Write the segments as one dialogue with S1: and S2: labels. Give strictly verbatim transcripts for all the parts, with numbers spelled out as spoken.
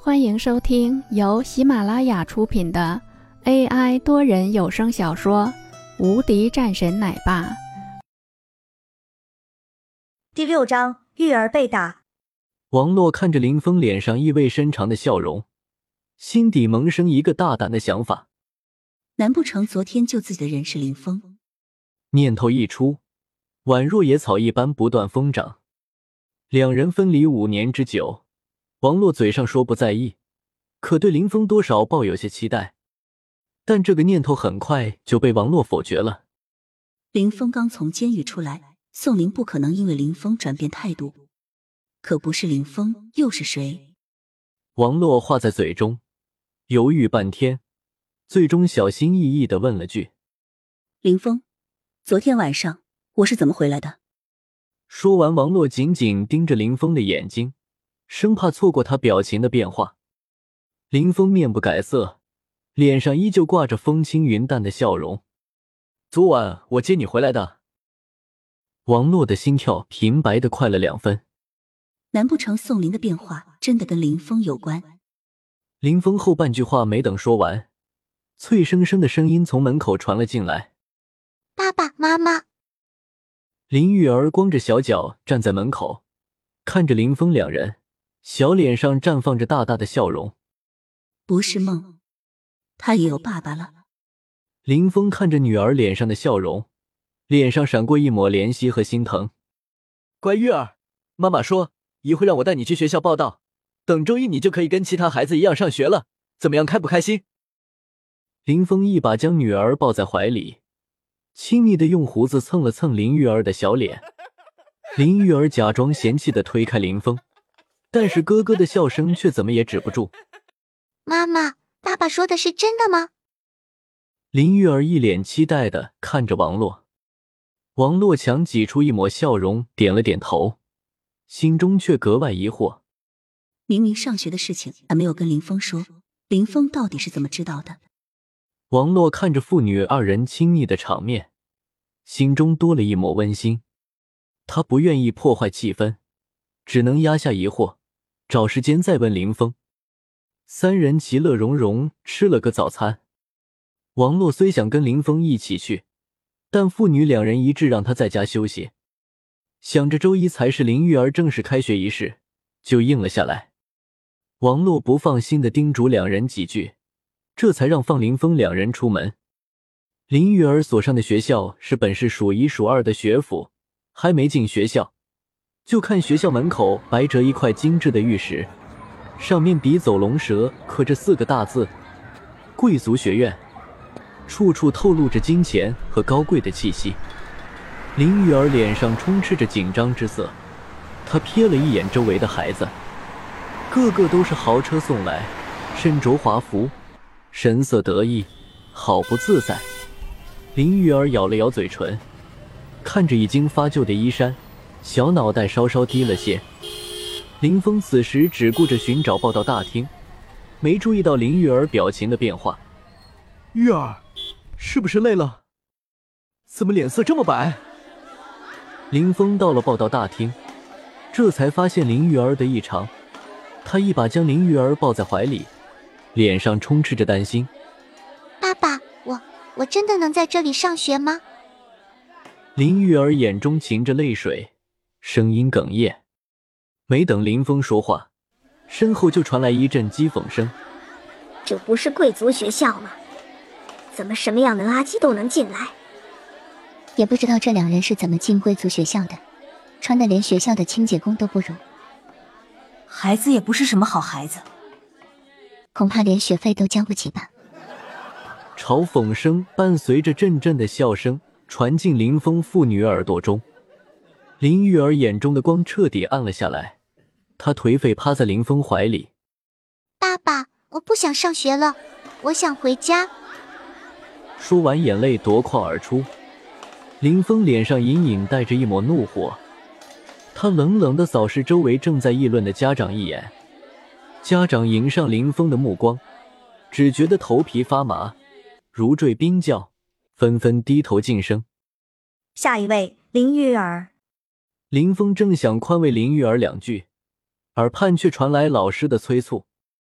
S1: 欢迎收听由喜马拉雅出品的 A I 多人有声小说《无敌战神奶爸》
S2: 第六章，育儿被打。
S3: 王洛看着林峰脸上意味深长的笑容，心底萌生一个大胆的想法。
S4: 难不成昨天救自己的人是林峰？
S3: 念头一出，宛若野草一般不断疯长。两人分离五年之久，王洛嘴上说不在意，可对林峰多少抱有些期待。但这个念头很快就被王洛否决了。
S4: 林峰刚从监狱出来，宋林不可能因为林峰转变态度。可不是林峰又是谁？
S3: 王洛话在嘴中，犹豫半天，最终小心翼翼地问了句：
S4: 林峰，昨天晚上我是怎么回来的？
S3: 说完，王洛紧紧盯着林峰的眼睛，生怕错过他表情的变化。林峰面不改色，脸上依旧挂着风轻云淡的笑容。昨晚我接你回来的。王洛的心跳平白的快了两分。
S4: 难不成宋林的变化真的跟林峰有关？
S3: 林峰后半句话没等说完，脆生生的声音从门口传了进来：
S5: 爸爸妈妈。
S3: 林玉儿光着小脚站在门口，看着林峰两人，小脸上绽放着大大的笑容。
S4: 不是梦，他也有爸爸了。
S3: 林峰看着女儿脸上的笑容，脸上闪过一抹怜惜和心疼。乖玉儿，妈妈说一会让我带你去学校报到，等周一你就可以跟其他孩子一样上学了，怎么样，开不开心？林峰一把将女儿抱在怀里，亲昵地用胡子蹭了蹭林玉儿的小脸。林玉儿假装嫌弃地推开林峰，但是咯咯的笑声却怎么也止不住。
S5: 妈妈，爸爸说的是真的吗？
S3: 林玉儿一脸期待地看着王洛。王洛强挤出一抹笑容，点了点头，心中却格外疑惑。
S4: 明明上学的事情还没有跟林峰说，林峰到底是怎么知道的？
S3: 王洛看着父女二人亲昵的场面，心中多了一抹温馨。他不愿意破坏气氛，只能压下疑惑，找时间再问林峰。三人其乐融融吃了个早餐。王洛虽想跟林峰一起去，但父女两人一致让他在家休息。想着周一才是林玉儿正式开学仪式，就应了下来。王洛不放心地叮嘱两人几句，这才让放林峰两人出门。林玉儿所上的学校是本市数一数二的学府，还没进学校，就看学校门口白折一块精致的玉石，上面笔走龙蛇刻着四个大字：贵族学院，处处透露着金钱和高贵的气息。林玉儿脸上充斥着紧张之色，她瞥了一眼周围的孩子，个个都是豪车送来，身着华服，神色得意，好不自在。林玉儿咬了咬嘴唇，看着已经发旧的衣衫，小脑袋稍稍低了些。林峰此时只顾着寻找报到大厅，没注意到林玉儿表情的变化。玉儿，是不是累了？怎么脸色这么白？林峰到了报到大厅，这才发现林玉儿的异常，他一把将林玉儿抱在怀里，脸上充斥着担心。
S5: 爸爸，我我真的能在这里上学吗？
S3: 林玉儿眼中噙着泪水，声音哽咽。没等林峰说话，身后就传来一阵讥讽声。
S6: 这不是贵族学校吗？怎么什么样的垃圾都能进来？
S7: 也不知道这两人是怎么进贵族学校的，穿的连学校的清洁工都不如。
S2: 孩子也不是什么好孩子，
S7: 恐怕连学费都交不起吧。
S3: 嘲讽声伴随着阵阵的笑声传进林峰父女耳朵中。林玉儿眼中的光彻底暗了下来，她颓废趴在林峰怀里。
S5: 爸爸，我不想上学了，我想回家。
S3: 说完眼泪夺眶而出。林峰脸上隐隐带着一抹怒火，他冷冷地扫视周围正在议论的家长一眼。家长迎上林峰的目光，只觉得头皮发麻，如坠冰窖，纷纷低头噤声。
S2: 下一位，林玉儿。
S3: 林峰正想宽慰林玉儿两句，耳畔却传来老师的催促。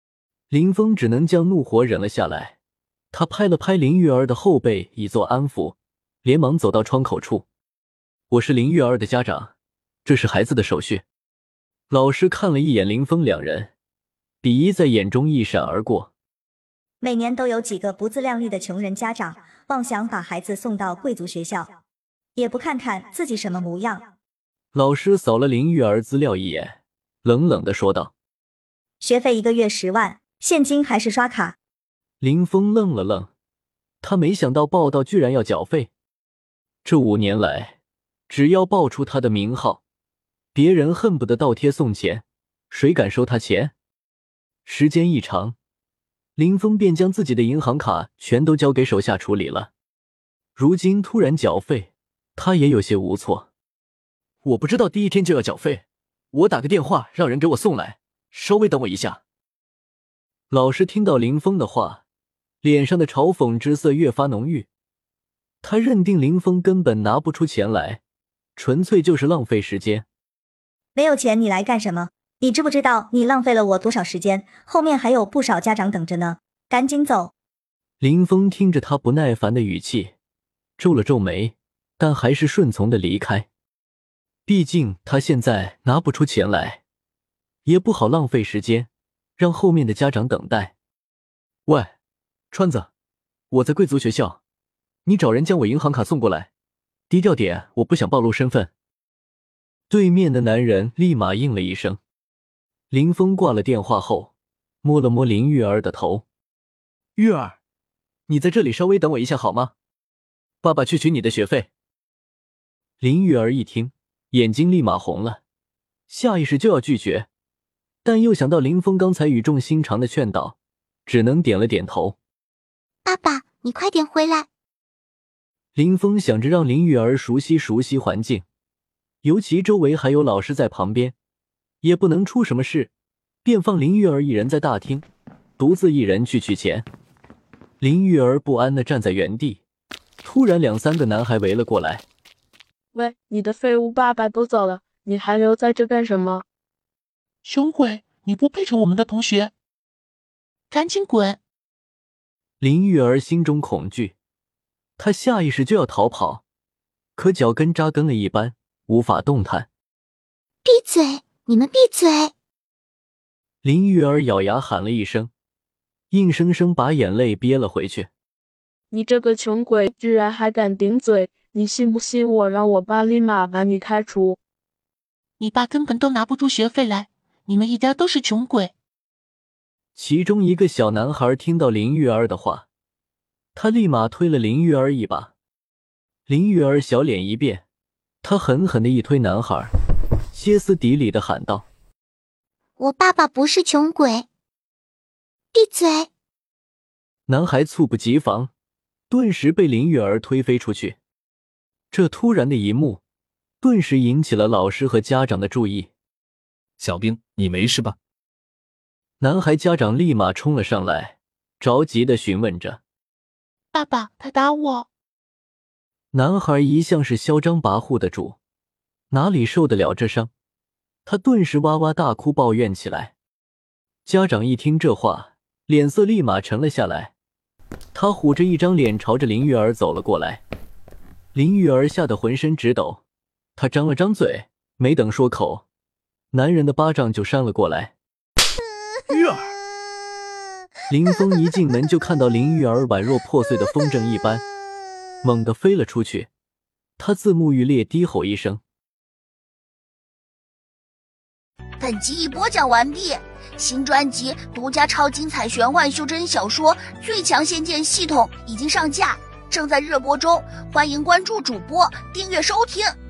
S3: 林峰只能将怒火忍了下来，他拍了拍林玉儿的后背以作安抚，连忙走到窗口处。我是林玉儿的家长，这是孩子的手续。老师看了一眼林峰两人，鄙夷在眼中一闪而过。
S8: 每年都有几个不自量力的穷人家长妄想把孩子送到贵族学校，也不看看自己什么模样。
S3: 老师扫了林玉儿资料一眼，冷冷地说道：
S8: 学费一个月十万，现金还是刷卡？
S3: 林峰愣了愣，他没想到报道居然要缴费。这五年来，只要报出他的名号，别人恨不得倒贴送钱，谁敢收他钱？时间一长，林峰便将自己的银行卡全都交给手下处理了。如今突然缴费，他也有些无措。我不知道第一天就要缴费，我打个电话让人给我送来，稍微等我一下。老师听到林峰的话，脸上的嘲讽之色越发浓郁。他认定林峰根本拿不出钱来，纯粹就是浪费时间。
S8: 没有钱你来干什么？你知不知道你浪费了我多少时间？后面还有不少家长等着呢，赶紧走。
S3: 林峰听着他不耐烦的语气，皱了皱眉，但还是顺从的离开。毕竟他现在拿不出钱来，也不好浪费时间，让后面的家长等待。喂，川子，我在贵族学校，你找人将我银行卡送过来，低调点，我不想暴露身份。对面的男人立马应了一声。林峰挂了电话后，摸了摸林玉儿的头。玉儿，你在这里稍微等我一下好吗？爸爸去取你的学费。林玉儿一听，眼睛立马红了，下意识就要拒绝，但又想到林峰刚才语重心长的劝导，只能点了点头。
S5: 爸爸，你快点回来。
S3: 林峰想着让林玉儿熟悉熟悉环境，尤其周围还有老师在旁边，也不能出什么事，便放林玉儿一人在大厅，独自一人去取钱。林玉儿不安地站在原地，突然两三个男孩围了过来。
S9: 喂，你的废物爸爸都走了，你还留在这干什么？
S10: 穷鬼，你不配成我们的同学，赶紧滚！
S3: 林玉儿心中恐惧，她下意识就要逃跑，可脚跟扎根了一般，无法动弹。
S5: 闭嘴！你们闭嘴！
S3: 林玉儿咬牙喊了一声，硬生生把眼泪憋了回去。
S9: 你这个穷鬼居然还敢顶嘴，你信不信我让我爸立马把你开除？
S10: 你爸根本都拿不出学费来，你们一家都是穷鬼。
S3: 其中一个小男孩听到林玉儿的话，他立马推了林玉儿一把。林玉儿小脸一变，他狠狠地一推男孩，歇斯底里地喊道：
S5: 我爸爸不是穷鬼！闭嘴！
S3: 男孩猝不及防，顿时被林玉儿推飞出去。这突然的一幕顿时引起了老师和家长的注意。
S11: 小兵，你没事吧？
S3: 男孩家长立马冲了上来，着急地询问着。
S10: 爸爸，他打我。
S3: 男孩一向是嚣张跋扈的主，哪里受得了这伤，他顿时哇哇大哭抱怨起来。家长一听这话，脸色立马沉了下来，他虎着一张脸朝着林玉儿走了过来。林玉儿吓得浑身直抖，她张了张嘴，没等说口，男人的巴掌就扇了过来。
S11: 玉儿！
S3: 林峰一进门就看到林玉儿宛若破碎的风筝一般，猛地飞了出去，他自沐欲裂，低吼一声。
S12: 本集已播讲完毕，新专辑独家超精彩玄幻修真小说《最强仙剑系统》已经上架，正在热播中，欢迎关注主播，订阅收听。